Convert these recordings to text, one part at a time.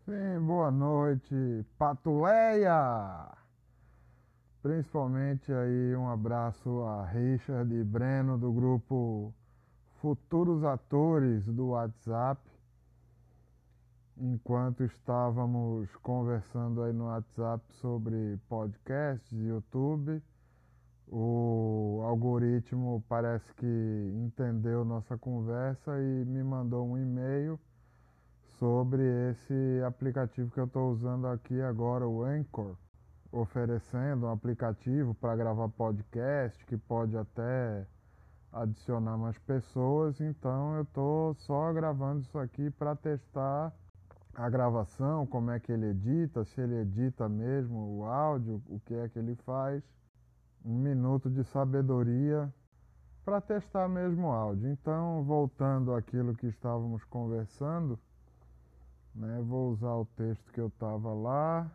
Sim, boa noite, Patuleia! Principalmente aí um abraço a Richard e Breno do grupo Futuros Atores do WhatsApp. Enquanto estávamos conversando aí no WhatsApp sobre podcasts, YouTube, o algoritmo parece que entendeu nossa conversa e me mandou um e-mail sobre esse aplicativo que eu estou usando aqui agora, o Anchor, oferecendo um aplicativo para gravar podcast que pode até adicionar mais pessoas. Então eu estou só gravando isso aqui para testar a gravação, como é que ele edita, se ele edita mesmo o áudio, o que é que ele faz. Um minuto de sabedoria para testar mesmo o áudio. Então, voltando àquilo que estávamos conversando, né, vou usar o texto que eu estava lá.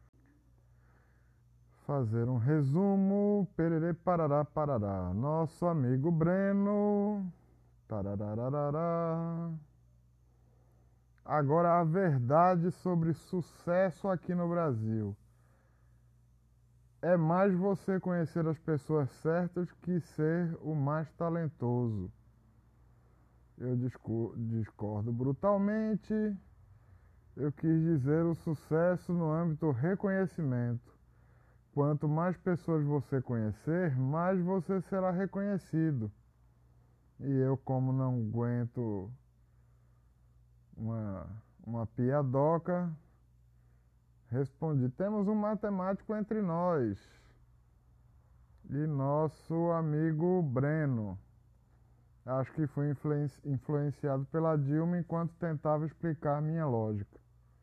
Fazer um resumo. Pererê, parará, parará. Nosso amigo Breno. Tararararará. Agora a verdade sobre sucesso aqui no Brasil. É mais você conhecer as pessoas certas que ser o mais talentoso. Eu discordo brutalmente. Eu quis dizer o sucesso no âmbito reconhecimento. Quanto mais pessoas você conhecer, mais você será reconhecido. E eu, como não aguento uma piadoca, respondi: temos um matemático entre nós. E nosso amigo Breno. Acho que fui influenciado pela Dilma enquanto tentava explicar minha lógica.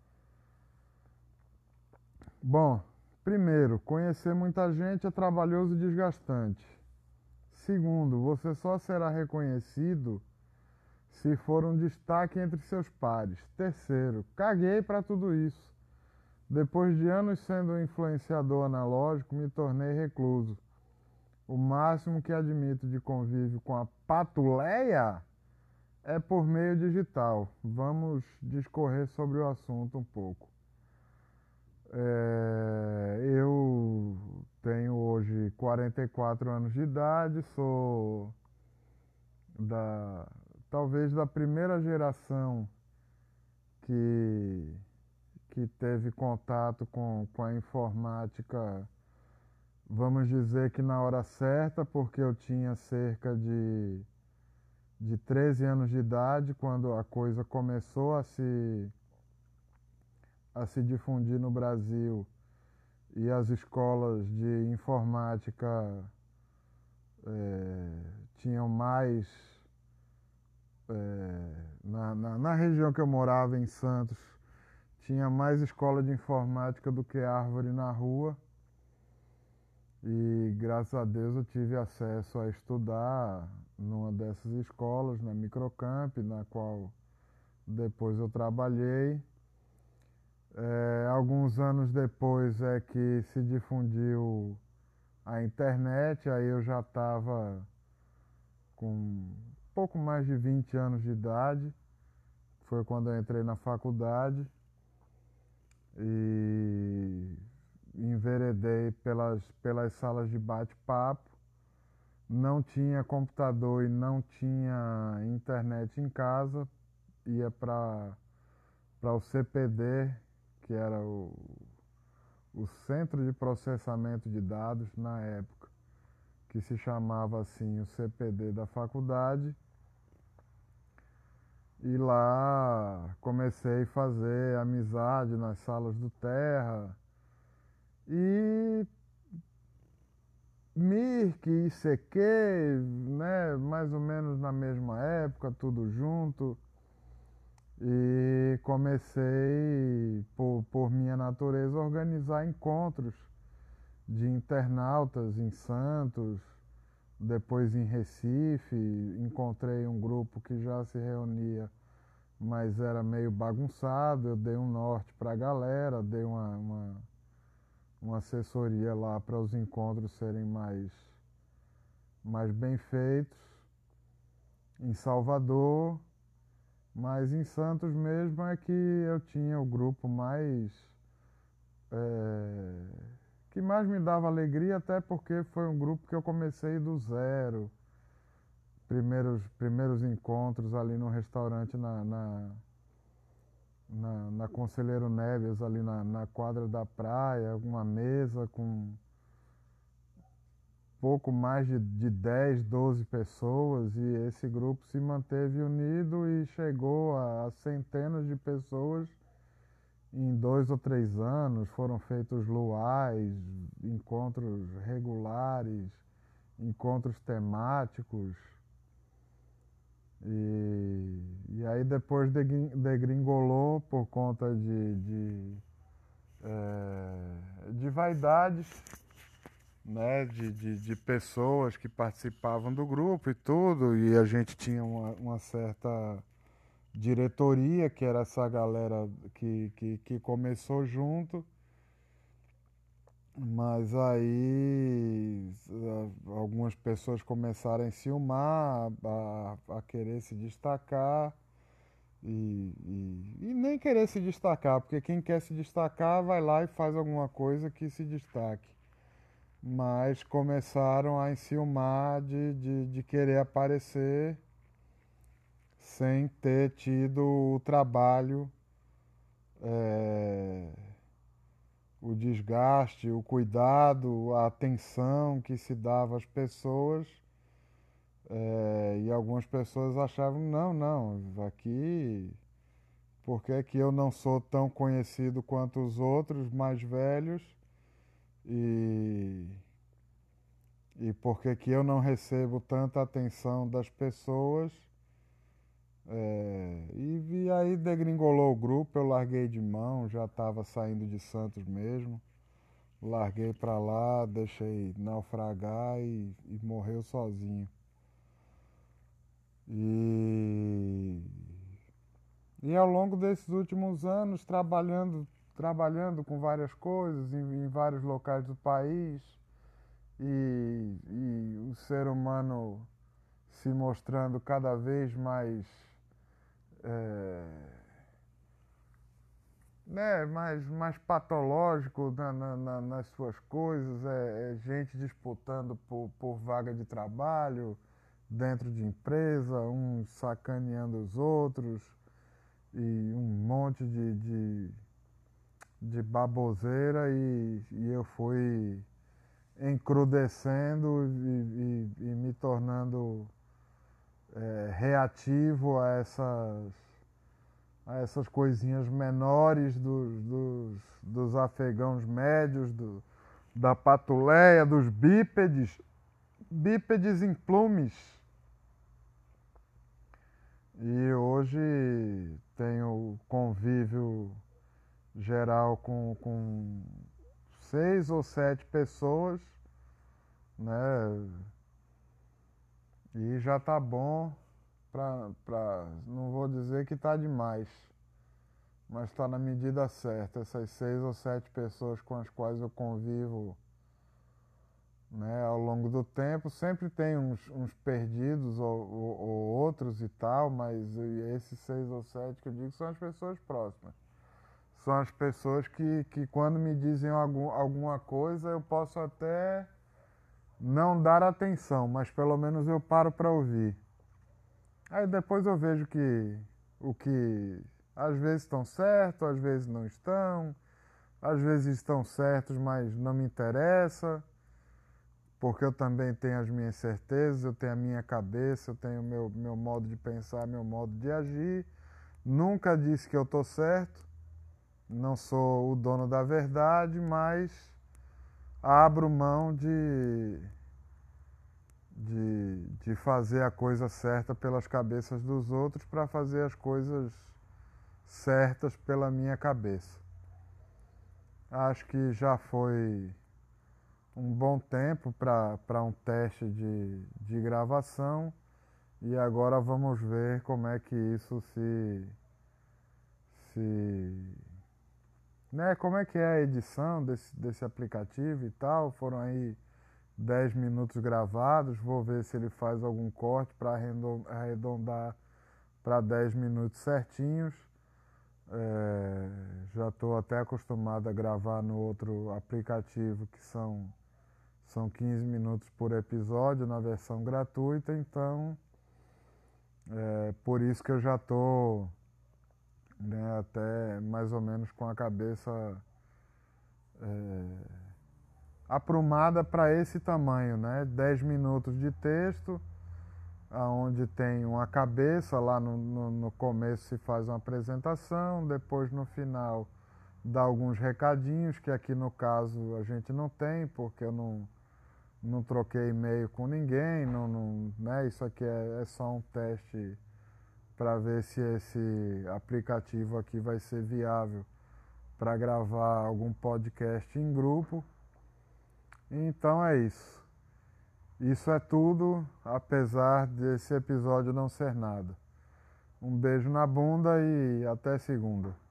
Bom, primeiro, conhecer muita gente é trabalhoso e desgastante. Segundo, você só será reconhecido se for um destaque entre seus pares. Terceiro, caguei para tudo isso. Depois de anos sendo um influenciador analógico, me tornei recluso. O máximo que admito de convívio com a patuleia é por meio digital. Vamos discorrer sobre o assunto um pouco. Eu tenho hoje 44 anos de idade, sou da talvez da primeira geração que, que teve contato com a informática, vamos dizer que na hora certa, porque eu tinha cerca de 13 anos de idade quando a coisa começou a se difundir no Brasil e as escolas de informática tinham mais. Na região que eu morava, em Santos, tinha mais escola de informática do que árvore na rua. E graças a Deus eu tive acesso a estudar numa dessas escolas, na Microcamp, na qual depois eu trabalhei. Alguns anos depois é que se difundiu a internet, aí eu já estava com pouco mais de 20 anos de idade. Foi quando eu entrei na faculdade e enveredei pelas salas de bate-papo. Não tinha computador e não tinha internet em casa. Ia para o CPD, que era o Centro de Processamento de Dados na época, que se chamava assim o CPD da faculdade. E lá comecei a fazer amizade nas salas do Terra. E Mirk e ICQ, né, mais ou menos na mesma época, tudo junto. E comecei, por minha natureza, a organizar encontros de internautas em Santos, depois em Recife. Encontrei um grupo que já se reunia, mas era meio bagunçado. Eu dei um norte para a galera, dei uma assessoria lá para os encontros serem mais bem feitos. Em Salvador, Mas em Santos mesmo é que eu tinha o grupo é, que mais me dava alegria, até porque foi um grupo que eu comecei do zero. Primeiros encontros ali no restaurante na Conselheiro Neves, ali na quadra da praia, uma mesa com pouco mais de 10, 12 pessoas, e esse grupo se manteve unido e chegou a centenas de pessoas em 2 ou 3 anos. Foram feitos luais, encontros regulares, encontros temáticos. E aí depois degringolou por conta de vaidades, né, de pessoas que participavam do grupo e tudo, e a gente tinha uma certa diretoria, que era essa galera que começou junto, mas aí algumas pessoas começaram a enciumar, a querer se destacar, e nem querer se destacar, porque quem quer se destacar vai lá e faz alguma coisa que se destaque. Mas começaram a enciumar de querer aparecer sem ter tido o trabalho, é, o desgaste, o cuidado, a atenção que se dava às pessoas. E algumas pessoas achavam, não, não, aqui, por que que eu não sou tão conhecido quanto os outros mais velhos? E, e por que que eu não recebo tanta atenção das pessoas? E aí degringolou o grupo, eu larguei de mão, já estava saindo de Santos mesmo. Larguei pra lá, deixei naufragar e morreu sozinho. E, e ao longo desses últimos anos, trabalhando com várias coisas em vários locais do país, e o ser humano se mostrando cada vez mais, é, né, mais patológico nas suas coisas, é gente disputando por vaga de trabalho dentro de empresa, uns sacaneando os outros, e um monte de baboseira, e eu fui encrudecendo e me tornando reativo a essas coisinhas menores dos afegãos médios, da patuleia, dos bípedes em plumes. E hoje tenho convívio geral com 6 ou 7 pessoas, né? E já tá bom não vou dizer que tá demais, mas está na medida certa. Essas 6 ou 7 pessoas com as quais eu convivo, né, ao longo do tempo, sempre tem uns perdidos ou outros e tal, mas esses 6 ou 7 que eu digo são as pessoas próximas. São as pessoas que quando me dizem alguma coisa, eu posso até não dar atenção, mas pelo menos eu paro para ouvir. Aí depois eu vejo que o que às vezes estão certos, às vezes não estão, às vezes estão certos, mas não me interessa, porque eu também tenho as minhas certezas, eu tenho a minha cabeça, eu tenho o meu modo de pensar, meu modo de agir. Nunca disse que eu estou certo, não sou o dono da verdade, mas abro mão de fazer a coisa certa pelas cabeças dos outros para fazer as coisas certas pela minha cabeça. Acho que já foi um bom tempo para um teste de gravação, e agora vamos ver como é que isso se né, como é que é a edição desse aplicativo e tal. Foram aí 10 minutos gravados, vou ver se ele faz algum corte para arredondar para 10 minutos certinhos. Já estou até acostumado a gravar no outro aplicativo que são 15 minutos por episódio na versão gratuita, então por isso que eu já estou, né, até mais ou menos com a cabeça aprumada para esse tamanho, né? 10 minutos de texto, onde tem uma cabeça, lá no começo se faz uma apresentação, depois no final dá alguns recadinhos, que aqui no caso a gente não tem, porque eu não troquei e-mail com ninguém, né? Isso aqui é só um teste para ver se esse aplicativo aqui vai ser viável para gravar algum podcast em grupo. Então é isso. Isso é tudo, apesar desse episódio não ser nada. Um beijo na bunda e até segunda.